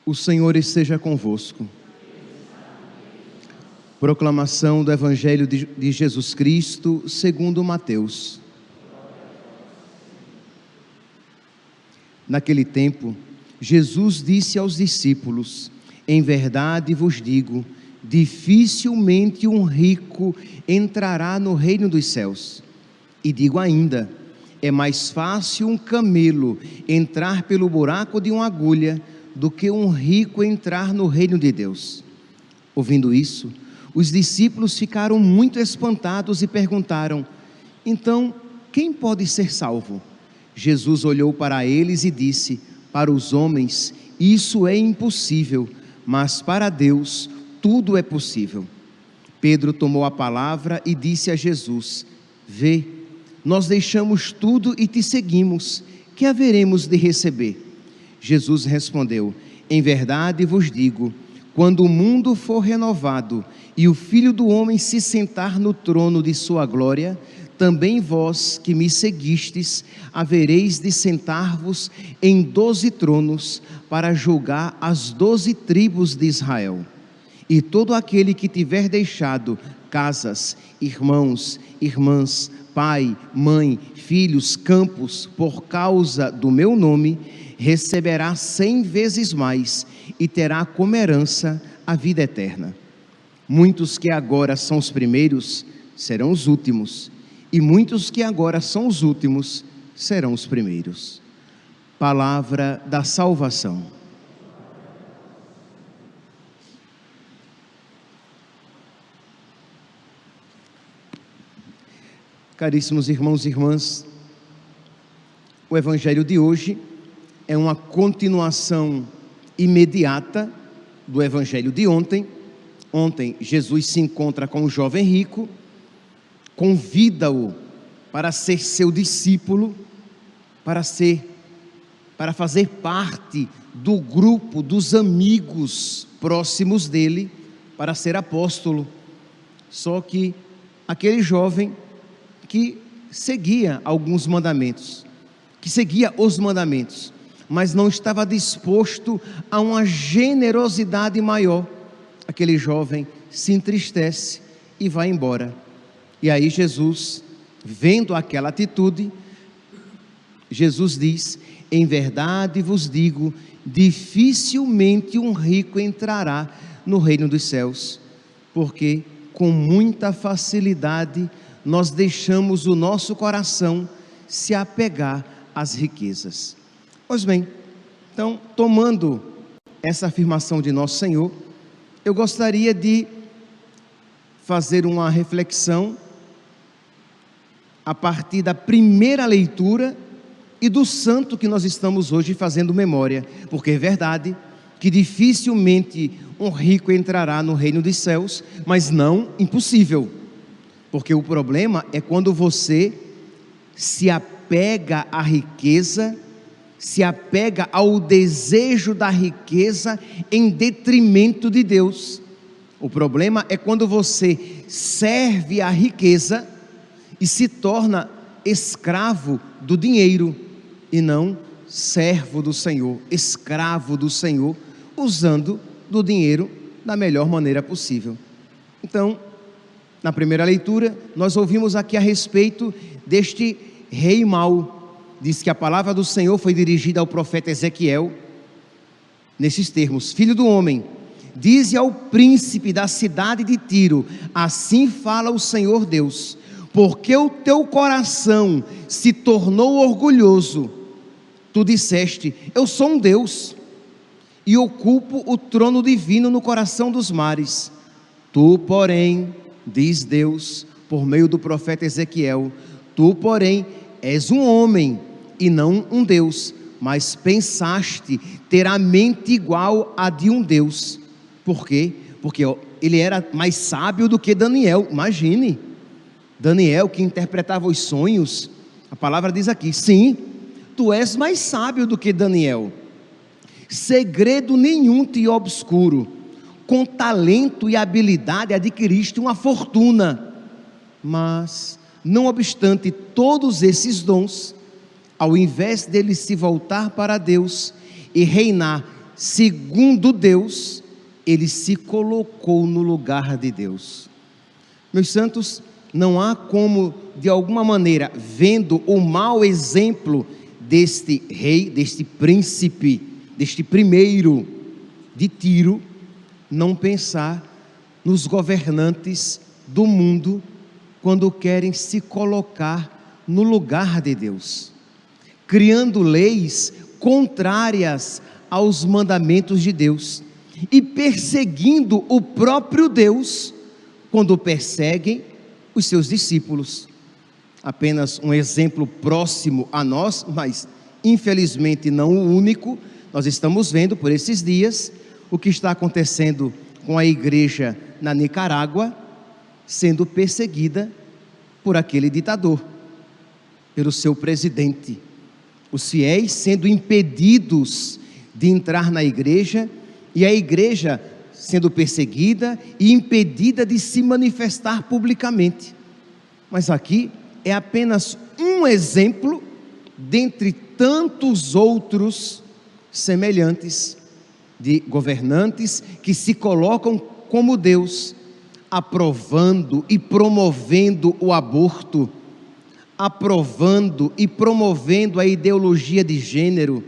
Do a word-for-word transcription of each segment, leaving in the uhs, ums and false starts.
O Senhor esteja convosco. Proclamação do Evangelho de, de Jesus Cristo segundo Mateus. Naquele tempo, Jesus disse aos discípulos: em verdade vos digo, dificilmente um rico entrará no reino dos céus. E digo ainda, é mais fácil um camelo entrar pelo buraco de uma agulha do que um rico entrar no reino de Deus. Ouvindo isso, os discípulos ficaram muito espantados e perguntaram: então, quem pode ser salvo? Jesus olhou para eles e disse: para os homens isso é impossível, mas para Deus tudo é possível. Pedro tomou a palavra e disse a Jesus: vê, nós deixamos tudo e te seguimos, que haveremos de receber? Jesus respondeu: em verdade vos digo, quando o mundo for renovado e o Filho do Homem se sentar no trono de sua glória, também vós que me seguistes, havereis de sentar-vos em doze tronos para julgar as doze tribos de Israel. E todo aquele que tiver deixado casas, irmãos, irmãs, pai, mãe, filhos, campos, por causa do meu nome, receberá cem vezes mais e terá como herança a vida eterna. Muitos que agora são os primeiros serão os últimos, e muitos que agora são os últimos serão os primeiros. Palavra da salvação. Caríssimos irmãos e irmãs, o Evangelho de hoje é uma continuação imediata do Evangelho de ontem. Ontem Jesus se encontra com o jovem rico, convida-o para ser seu discípulo, para ser, para fazer parte do grupo dos amigos próximos dele, para ser apóstolo. Só que aquele jovem que seguia alguns mandamentos, que seguia os mandamentos, mas não estava disposto a uma generosidade maior, aquele jovem se entristece e vai embora. E aí Jesus, vendo aquela atitude, Jesus diz: em verdade vos digo, dificilmente um rico entrará no reino dos céus, porque com muita facilidade nós deixamos o nosso coração se apegar às riquezas. Pois bem, então, tomando essa afirmação de nosso Senhor, eu gostaria de fazer uma reflexão a partir da primeira leitura e do santo que nós estamos hoje fazendo memória, porque é verdade que dificilmente um rico entrará no reino dos céus, mas não impossível, porque o problema é quando você se apega à riqueza, se apega ao desejo da riqueza em detrimento de Deus. O problema é quando você serve à riqueza e se torna escravo do dinheiro e não servo do Senhor, escravo do Senhor, usando do dinheiro da melhor maneira possível. Então, na primeira leitura, nós ouvimos aqui a respeito deste rei mau. Diz que a palavra do Senhor foi dirigida ao profeta Ezequiel, nesses termos: filho do homem, dize ao príncipe da cidade de Tiro, assim fala o Senhor Deus, porque o teu coração se tornou orgulhoso, tu disseste: eu sou um Deus, e ocupo o trono divino no coração dos mares. Tu, porém, diz Deus, por meio do profeta Ezequiel, tu, porém, és um homem, e não um Deus, mas pensaste ter a mente igual a de um Deus. Por quê? Porque ele era mais sábio do que Daniel. Imagine, Daniel que interpretava os sonhos. A palavra diz aqui: sim, tu és mais sábio do que Daniel. Segredo nenhum te obscuro, com talento e habilidade adquiriste uma fortuna. Mas, não obstante todos esses dons, ao invés dele se voltar para Deus e reinar segundo Deus, ele se colocou no lugar de Deus. Meus santos, não há como, de alguma maneira, vendo o mau exemplo deste rei, deste príncipe, deste primeiro de Tiro, não pensar nos governantes do mundo quando querem se colocar no lugar de Deus, criando leis contrárias aos mandamentos de Deus e perseguindo o próprio Deus quando perseguem os seus discípulos. Apenas um exemplo próximo a nós, mas infelizmente não o único. Nós estamos vendo por esses dias o que está acontecendo com a igreja na Nicarágua, sendo perseguida por aquele ditador, pelo seu presidente. Os fiéis sendo impedidos de entrar na igreja, e a igreja sendo perseguida e impedida de se manifestar publicamente. Mas aqui é apenas um exemplo dentre tantos outros semelhantes de governantes que se colocam como Deus, aprovando e promovendo o aborto, aprovando e promovendo a ideologia de gênero,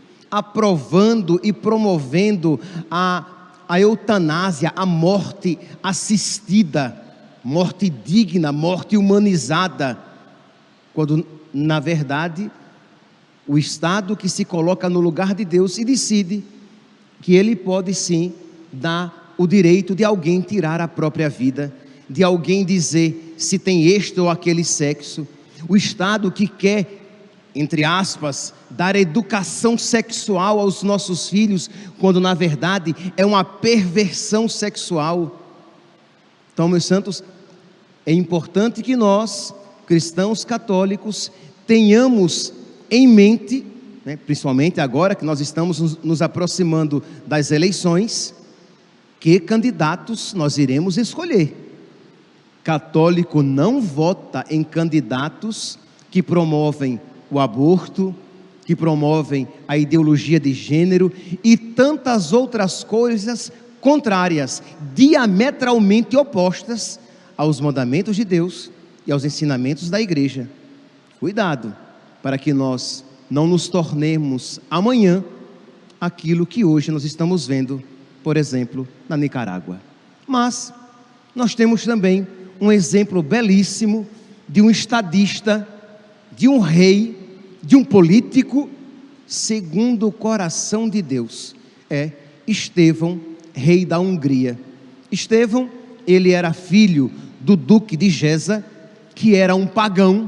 aprovando e promovendo a, a eutanásia, a morte assistida, morte digna, morte humanizada, quando na verdade o Estado que se coloca no lugar de Deus e decide que ele pode sim dar o direito de alguém tirar a própria vida, de alguém dizer se tem este ou aquele sexo. O Estado que quer, entre aspas, dar educação sexual aos nossos filhos, quando na verdade é uma perversão sexual. Então, meus santos, é importante que nós, cristãos católicos, tenhamos em mente, né, principalmente agora que nós estamos nos, nos aproximando das eleições, que candidatos nós iremos escolher. Católico não vota em candidatos que promovem o aborto, que promovem a ideologia de gênero e tantas outras coisas contrárias, diametralmente opostas aos mandamentos de Deus e aos ensinamentos da igreja. Cuidado, para que nós não nos tornemos amanhã aquilo que hoje nós estamos vendo, por exemplo, na Nicarágua. Mas nós temos também um exemplo belíssimo de um estadista, de um rei, de um político segundo o coração de Deus. É Estevão, rei da Hungria. Estevão, ele era filho do duque de Geza, que era um pagão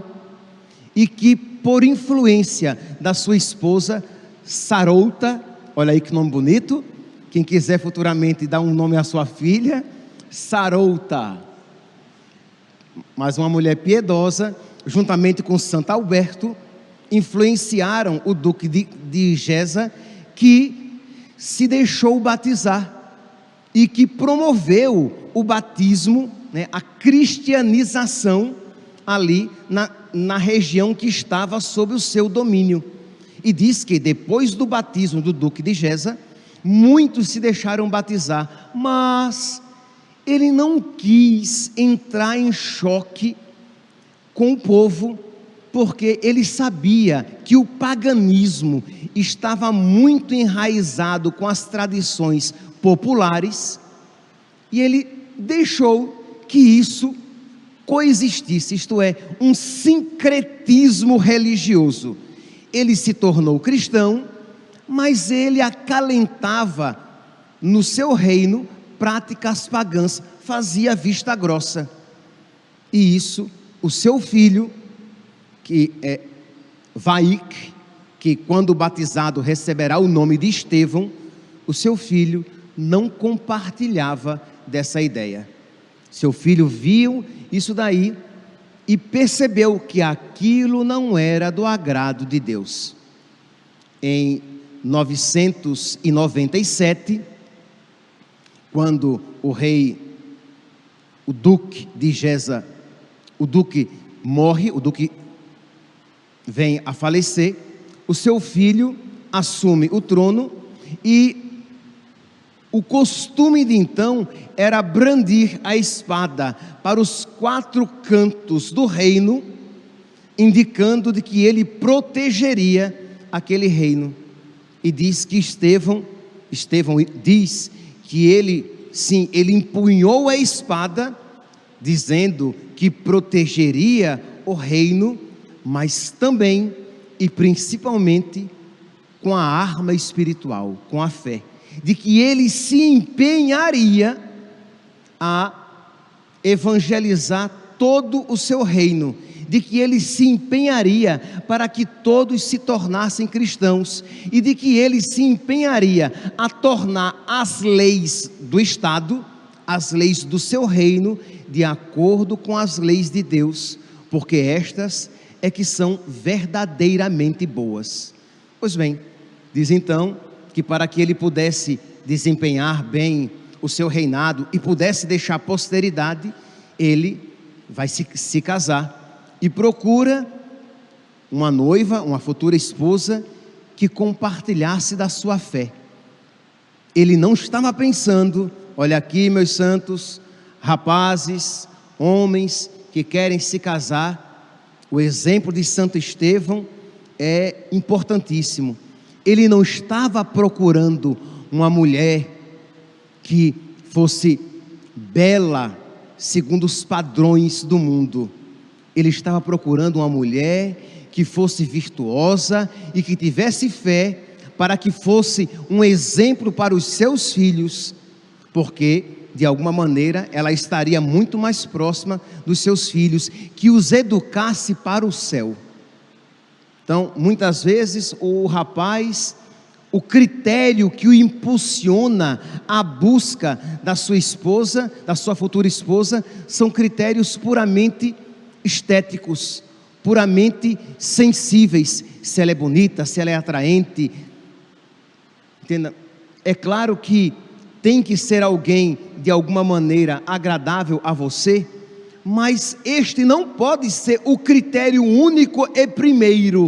e que, por influência da sua esposa Sarouta, olha aí que nome bonito, quem quiser futuramente dar um nome à sua filha, Sarouta, mas uma mulher piedosa, juntamente com Santo Alberto, influenciaram o duque de, de Geza, que se deixou batizar e que promoveu o batismo, né, a cristianização ali na, na região que estava sob o seu domínio. E diz que depois do batismo do duque de Geza, muitos se deixaram batizar, mas ele não quis entrar em choque com o povo, porque ele sabia que o paganismo estava muito enraizado com as tradições populares, e ele deixou que isso coexistisse, isto é, um sincretismo religioso. Ele se tornou cristão, mas ele acalentava no seu reino práticas pagãs, fazia vista grossa. E isso, o seu filho, que é Vaik, que quando batizado receberá o nome de Estevão, o seu filho não compartilhava dessa ideia. Seu filho viu isso daí e percebeu que aquilo não era do agrado de Deus. Em novecentos e noventa e sete, quando o rei, o duque de Geza, o duque morre, o duque vem a falecer, o seu filho assume o trono e o costume de então era brandir a espada para os quatro cantos do reino, indicando de que ele protegeria aquele reino. E diz que Estevão, Estevão diz que ele, sim, ele empunhou a espada, dizendo que protegeria o reino, mas também e principalmente com a arma espiritual, com a fé, de que ele se empenharia a evangelizar todo o seu reino, de que ele se empenharia para que todos se tornassem cristãos, e de que ele se empenharia a tornar as leis do Estado, as leis do seu reino, de acordo com as leis de Deus, porque estas é que são verdadeiramente boas. Pois bem, diz então que para que ele pudesse desempenhar bem o seu reinado e pudesse deixar posteridade, ele vai se, se casar e procura uma noiva, uma futura esposa, que compartilhasse da sua fé. Ele não estava pensando, olha aqui meus santos, rapazes, homens que querem se casar, o exemplo de Santo Estevão é importantíssimo. Ele não estava procurando uma mulher que fosse bela segundo os padrões do mundo. Ele estava procurando uma mulher que fosse virtuosa e que tivesse fé, para que fosse um exemplo para os seus filhos, porque de alguma maneira ela estaria muito mais próxima dos seus filhos, que os educasse para o céu. Então, muitas vezes o rapaz, o critério que o impulsiona à busca da sua esposa, da sua futura esposa, são critérios puramente estéticos, puramente sensíveis. Se ela é bonita, se ela é atraente. Entenda? É claro que tem que ser alguém de alguma maneira agradável a você, mas este não pode ser o critério único e primeiro.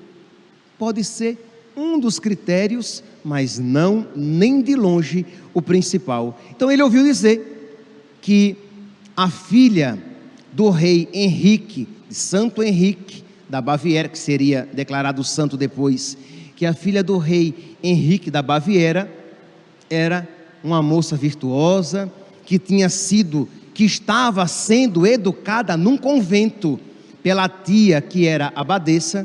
Pode ser um dos critérios, mas não nem de longe o principal. Então ele ouviu dizer que a filha do rei Henrique, Santo Henrique da Baviera, que seria declarado santo depois, que a filha do rei Henrique da Baviera era uma moça virtuosa, que tinha sido, que estava sendo educada num convento pela tia que era abadesa,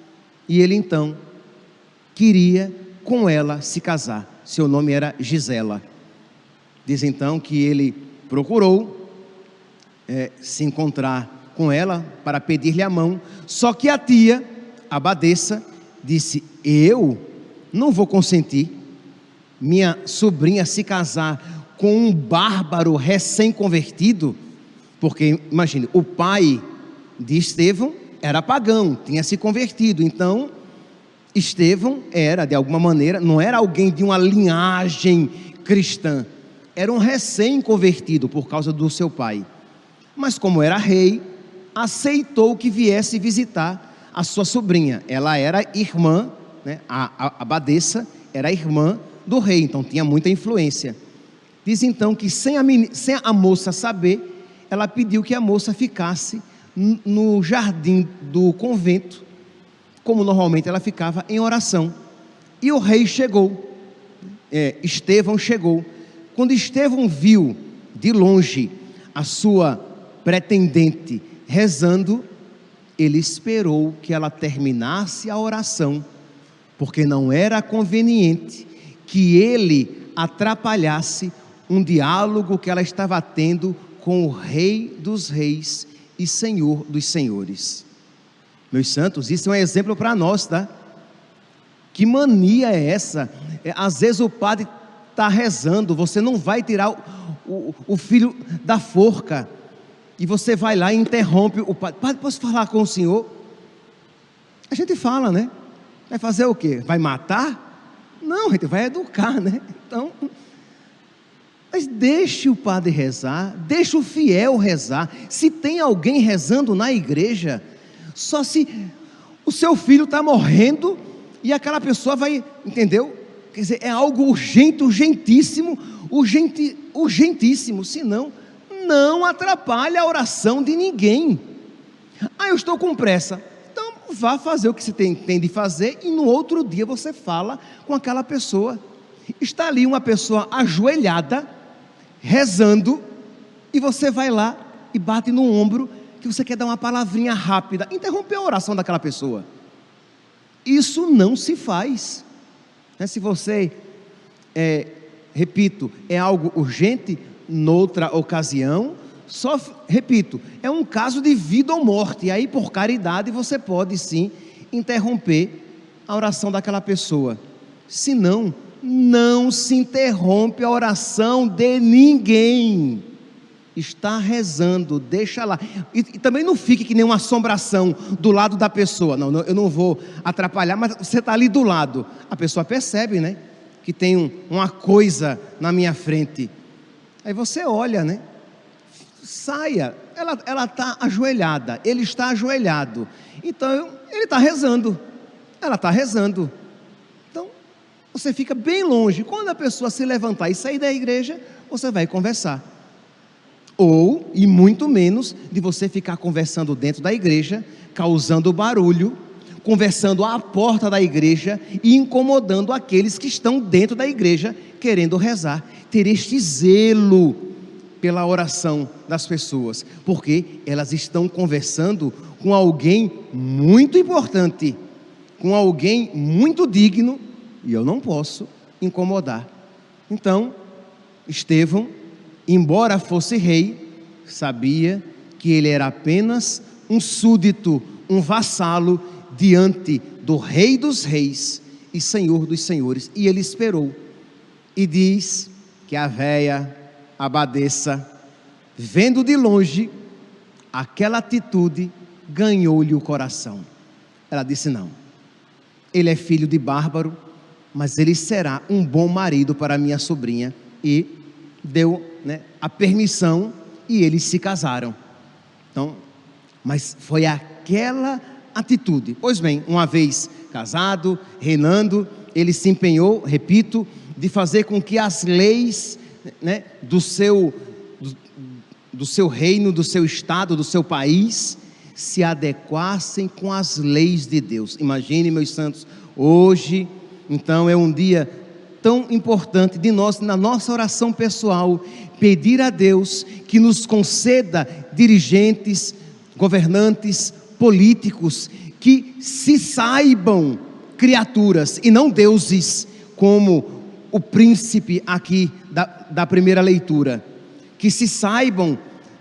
e ele então queria com ela se casar. Seu nome era Gisela. Diz então que ele procurou é, se encontrar com ela para pedir-lhe a mão, só que a tia, a abadesa, disse: eu não vou consentir minha sobrinha se casar com um bárbaro recém-convertido, porque imagine, o pai de Estevão era pagão, tinha se convertido, então Estevão era de alguma maneira, não era alguém de uma linhagem cristã, era um recém-convertido por causa do seu pai, mas como era rei, aceitou que viesse visitar a sua sobrinha. Ela era irmã, né? a, a abadesa era irmã do rei, então tinha muita influência. Diz então que sem a, sem a moça saber, ela pediu que a moça ficasse no jardim do convento, como normalmente ela ficava, em oração. E o rei chegou, é, Estevão chegou. Quando Estevão viu de longe a sua pretendente rezando, ele esperou que ela terminasse a oração, porque não era conveniente que ele atrapalhasse um diálogo que ela estava tendo com o Rei dos Reis e Senhor dos Senhores. Meus santos, isso é um exemplo para nós, tá? Que mania é essa? É, às vezes o padre está rezando, você não vai tirar o, o, o filho da forca, e você vai lá e interrompe o padre. Padre, posso falar com o senhor? A gente fala, né? Vai fazer o quê? Vai matar? Não, a gente vai educar, né? Então, mas deixe o padre rezar, deixe o fiel rezar. Se tem alguém rezando na igreja, só se o seu filho está morrendo e aquela pessoa vai, entendeu? quer dizer, é algo urgente, urgentíssimo, urgente, urgentíssimo, senão não atrapalha a oração de ninguém. Ah, eu estou com pressa. Então vá fazer o que você tem, tem de fazer e no outro dia você fala com aquela pessoa. Está ali uma pessoa ajoelhada, rezando, e você vai lá e bate no ombro, que você quer dar uma palavrinha rápida, interromper a oração daquela pessoa. Isso não se faz. Se você, é, repito, é algo urgente, noutra ocasião, só, repito, é um caso de vida ou morte, e aí por caridade você pode sim interromper a oração daquela pessoa. Se não, não se interrompe a oração de ninguém. Está rezando, deixa lá, e, e também não fique que nem uma assombração do lado da pessoa. Não, não, eu não vou atrapalhar, mas você está ali do lado, a pessoa percebe, né, que tem um, uma coisa na minha frente, aí você olha, né, saia, ela ela está ajoelhada, ele está ajoelhado, então ele está rezando, ela está rezando, então você fica bem longe. Quando a pessoa se levantar e sair da igreja, você vai conversar. Ou, e muito menos, de você ficar conversando dentro da igreja, causando barulho, conversando à porta da igreja e incomodando aqueles que estão dentro da igreja querendo rezar. Ter este zelo pela oração das pessoas, porque elas estão conversando com alguém muito importante, com alguém muito digno, e eu não posso incomodar. Então, Estevão, embora fosse rei, sabia que ele era apenas um súdito, um vassalo diante do Rei dos Reis e Senhor dos Senhores, e ele esperou. E diz que a véia abadesa, vendo de longe aquela atitude, ganhou-lhe o coração. Ela disse: não, ele é filho de bárbaro, mas ele será um bom marido para minha sobrinha, e deu, né, a permissão, e eles se casaram. Então, mas foi aquela atitude. Pois bem, uma vez casado, reinando, ele se empenhou, repito, de fazer com que as leis, né, do seu do, do seu reino, do seu estado, do seu país, se adequassem com as leis de Deus. Imagine, meus santos, hoje, então, é um dia tão importante de nós, na nossa oração pessoal, pedir a Deus que nos conceda dirigentes, governantes, políticos, que se saibam criaturas e não deuses, como o príncipe aqui da, da primeira leitura, que se saibam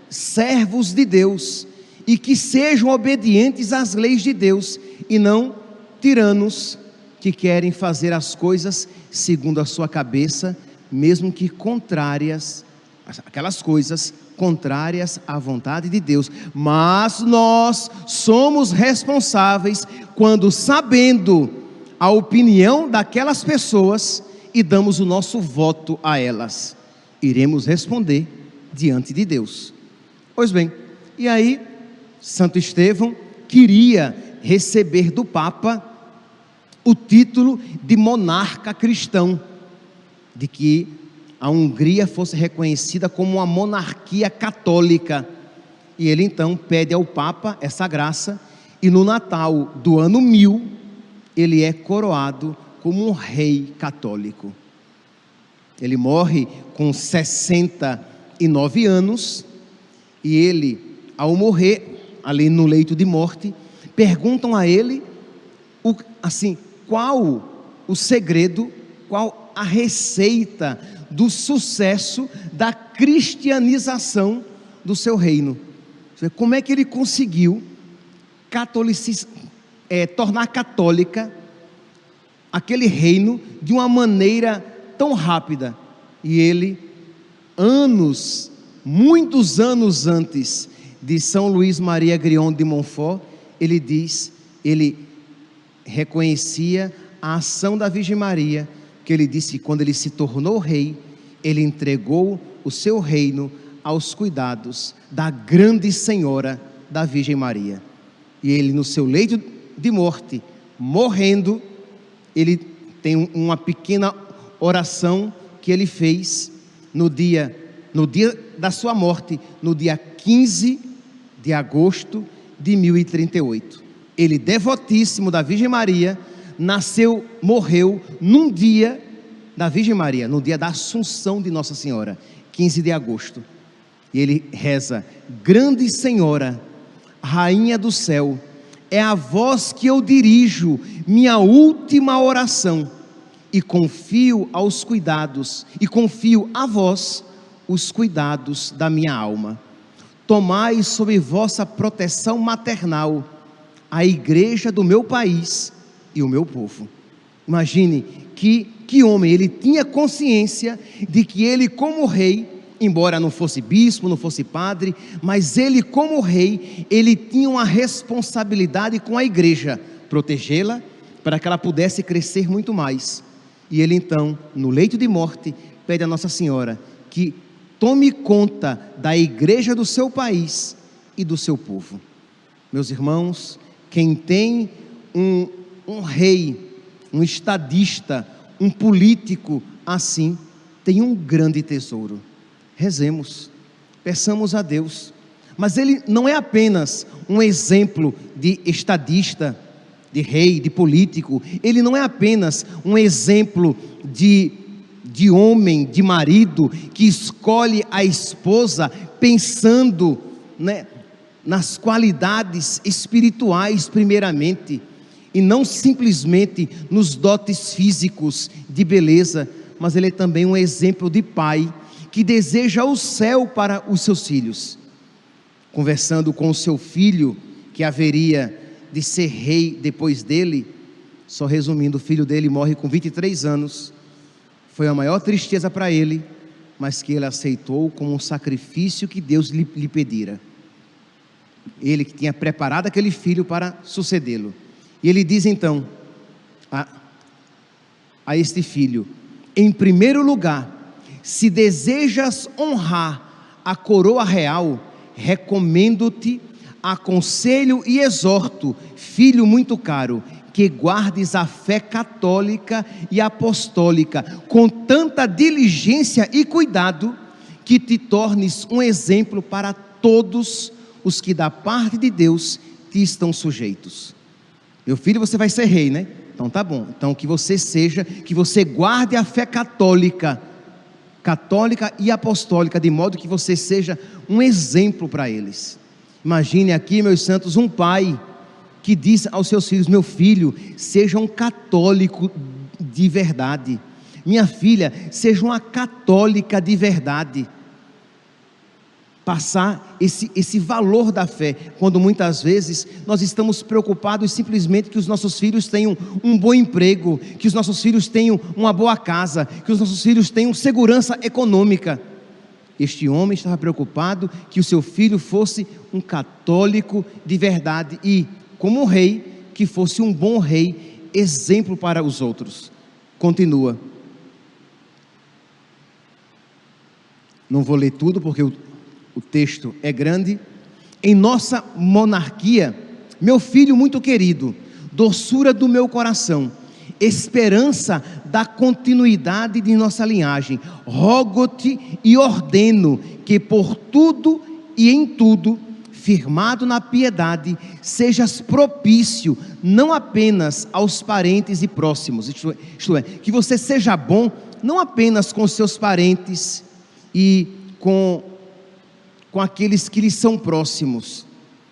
servos de Deus e que sejam obedientes às leis de Deus e não tiranos que querem fazer as coisas segundo a sua cabeça, mesmo que contrárias, aquelas coisas contrárias à vontade de Deus. Mas nós somos responsáveis quando, sabendo a opinião daquelas pessoas e damos o nosso voto a elas, iremos responder diante de Deus. Pois bem, e aí Santo Estevão queria receber do Papa o título de monarca cristão, de que a Hungria fosse reconhecida como uma monarquia católica, e ele então pede ao Papa essa graça, e no Natal do ano mil, ele é coroado como um rei católico. Ele morre com sessenta e nove anos, e ele, ao morrer, ali no leito de morte, perguntam a ele, o, assim, qual o segredo, qual a receita do sucesso da cristianização do seu reino. Como é que ele conseguiu catolici- é, tornar católica aquele reino de uma maneira tão rápida? E ele, anos, muitos anos antes de São Luís Maria Grion de Montfort, ele diz, ele reconhecia a ação da Virgem Maria, que ele disse que quando ele se tornou rei, ele entregou o seu reino aos cuidados da grande senhora da Virgem Maria. E ele, no seu leito de morte, morrendo, ele tem uma pequena oração que ele fez no dia, no dia da sua morte, no dia quinze de agosto de mil e trinta e oito. Ele, devotíssimo da Virgem Maria, nasceu, morreu num dia da Virgem Maria, no dia da Assunção de Nossa Senhora, quinze de agosto. E ele reza: grande Senhora, Rainha do céu, é a vós que eu dirijo minha última oração, e confio aos cuidados, e confio a vós os cuidados da minha alma. Tomai sob vossa proteção maternal a igreja do meu país e o meu povo. Imagine que, que homem, ele tinha consciência de que ele, como rei, embora não fosse bispo, não fosse padre, mas ele, como rei, ele tinha uma responsabilidade com a igreja, protegê-la para que ela pudesse crescer muito mais. E ele então, no leito de morte, pede a Nossa Senhora que tome conta da igreja do seu país e do seu povo. Meus irmãos, quem tem um, um rei, um estadista, um político assim, tem um grande tesouro. Rezemos, peçamos a Deus. Mas ele não é apenas um exemplo de estadista, de rei, de político. Ele não é apenas um exemplo de, de homem, de marido, que escolhe a esposa pensando, né, nas qualidades espirituais primeiramente, e não simplesmente nos dotes físicos de beleza, mas ele é também um exemplo de pai, que deseja o céu para os seus filhos. Conversando com o seu filho, que haveria de ser rei depois dele, só resumindo, o filho dele morre com vinte e três anos, foi a maior tristeza para ele, mas que ele aceitou como um sacrifício que Deus lhe, lhe pedira. Ele que tinha preparado aquele filho para sucedê-lo. E ele diz então a, a este filho: em primeiro lugar, se desejas honrar a coroa real, recomendo-te, aconselho e exorto, filho muito caro, que guardes a fé católica e apostólica com tanta diligência e cuidado, que te tornes um exemplo para todos os que da parte de Deus te estão sujeitos. Meu filho, você vai ser rei, né? Então tá bom. Então que você seja, que você guarde a fé católica, católica e apostólica, de modo que você seja um exemplo para eles. Imagine aqui, meus santos, um pai que diz aos seus filhos: meu filho, seja um católico de verdade. Minha filha, seja uma católica de verdade. Passar esse, esse valor da fé, quando muitas vezes nós estamos preocupados simplesmente que os nossos filhos tenham um bom emprego, que os nossos filhos tenham uma boa casa, que os nossos filhos tenham segurança econômica. Este homem estava preocupado que o seu filho fosse um católico de verdade e, como um rei, que fosse um bom rei, exemplo para os outros. Continua. Não vou ler tudo porque o O texto é grande. Em nossa monarquia, meu filho muito querido, doçura do meu coração, esperança da continuidade de nossa linhagem, rogo-te e ordeno que por tudo e em tudo, firmado na piedade, sejas propício não apenas aos parentes e próximos, isto é, isto é, que você seja bom não apenas com seus parentes e com com aqueles que lhes são próximos,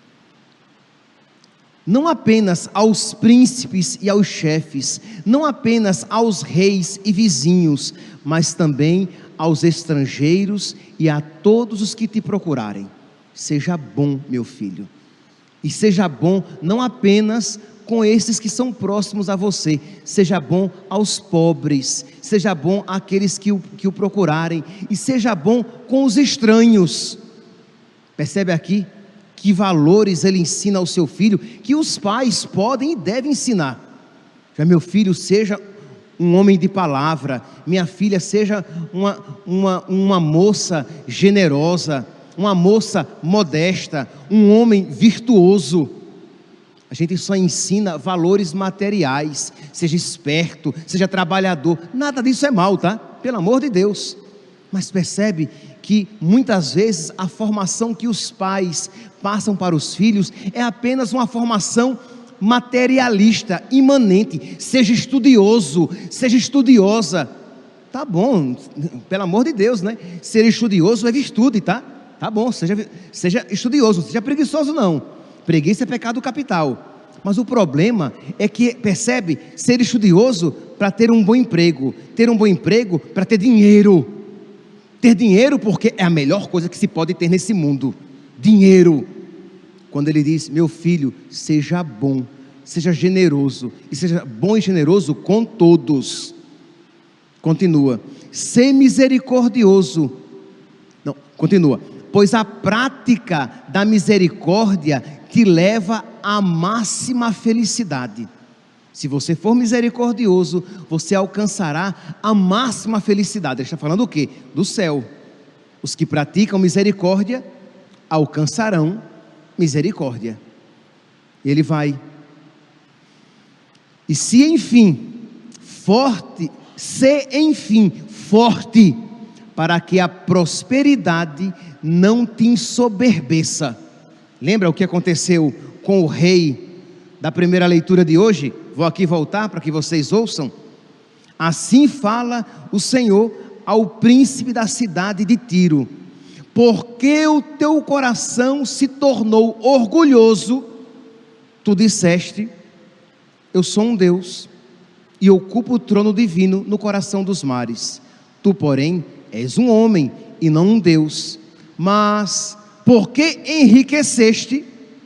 não apenas aos príncipes e aos chefes, não apenas aos reis e vizinhos, mas também aos estrangeiros e a todos os que te procurarem. Seja bom, meu filho, e seja bom não apenas com esses que são próximos a você, seja bom aos pobres, seja bom àqueles que o, que o procurarem, e seja bom com os estranhos. Percebe aqui que valores ele ensina ao seu filho, que os pais podem e devem ensinar. Já meu filho, seja um homem de palavra, minha filha, seja uma, uma, uma moça generosa, uma moça modesta, um homem virtuoso. A gente só ensina valores materiais. Seja esperto, seja trabalhador. Nada disso é mal, tá? Pelo amor de Deus. Mas percebe que muitas vezes a formação que os pais passam para os filhos é apenas uma formação materialista, imanente. Seja estudioso, seja estudiosa. Tá bom, pelo amor de Deus, né? Ser estudioso é virtude, tá? Tá bom, seja, seja estudioso, seja preguiçoso não. Preguiça é pecado capital. Mas o problema é que, percebe, ser estudioso para ter um bom emprego. Ter um bom emprego para ter dinheiro. Ter dinheiro porque é a melhor coisa que se pode ter nesse mundo. Dinheiro. Quando ele diz, meu filho, seja bom, seja generoso. E seja bom e generoso com todos. Continua, ser misericordioso. Não, continua. Pois a prática da misericórdia te leva à máxima felicidade. Se você for misericordioso, você alcançará a máxima felicidade. Ele está falando o quê? Do céu. Os que praticam misericórdia alcançarão misericórdia. Ele vai. E se enfim, forte, se enfim, forte, para que a prosperidade não te ensoberbeça. Lembra o que aconteceu com o rei da primeira leitura de hoje? Vou aqui voltar para que vocês ouçam. Assim fala o Senhor ao príncipe da cidade de Tiro: porque o teu coração se tornou orgulhoso, tu disseste, eu sou um Deus e ocupo o trono divino no coração dos mares. Tu, porém, és um homem e não um Deus. Mas porque enriqueceste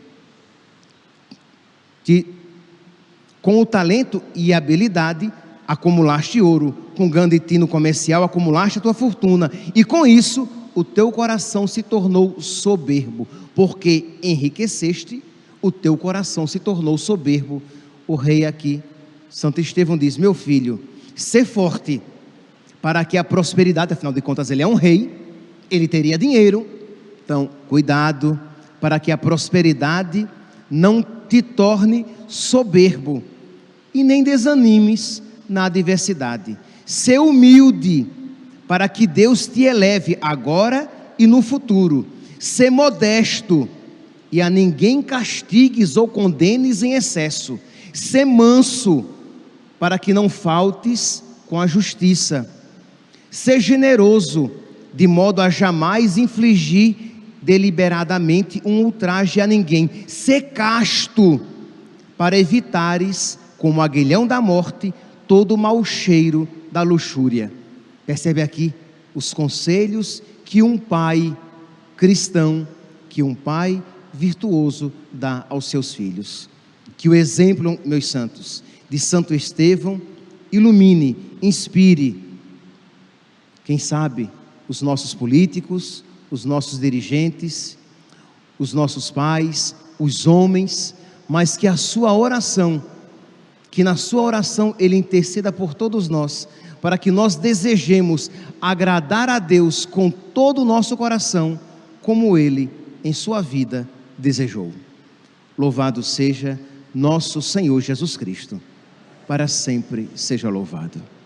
te, com o talento e habilidade, acumulaste ouro, com grande tino comercial acumulaste a tua fortuna, e com isso o teu coração se tornou soberbo. Porque enriqueceste, o teu coração se tornou soberbo. O rei aqui, Santo Estevão, diz: meu filho, sê forte, para que a prosperidade, afinal de contas ele é um rei, ele teria dinheiro, então cuidado, para que a prosperidade não te torne soberbo, e nem desanimes na adversidade. Sê humilde, para que Deus te eleve agora e no futuro. Sê modesto, e a ninguém castigues ou condenes em excesso. Sê manso, para que não faltes com a justiça. Sê generoso, de modo a jamais infligir deliberadamente um ultraje a ninguém. Sê casto, para evitares, como o aguilhão da morte, todo o mau cheiro da luxúria. Percebe aqui os conselhos que um pai cristão, que um pai virtuoso dá aos seus filhos. Que o exemplo, meus santos, de Santo Estevão ilumine, inspire, quem sabe, os nossos políticos, os nossos dirigentes, os nossos pais, os homens, mas que a sua oração, que na sua oração ele interceda por todos nós, para que nós desejemos agradar a Deus com todo o nosso coração, como ele em sua vida desejou. Louvado seja nosso Senhor Jesus Cristo, para sempre seja louvado.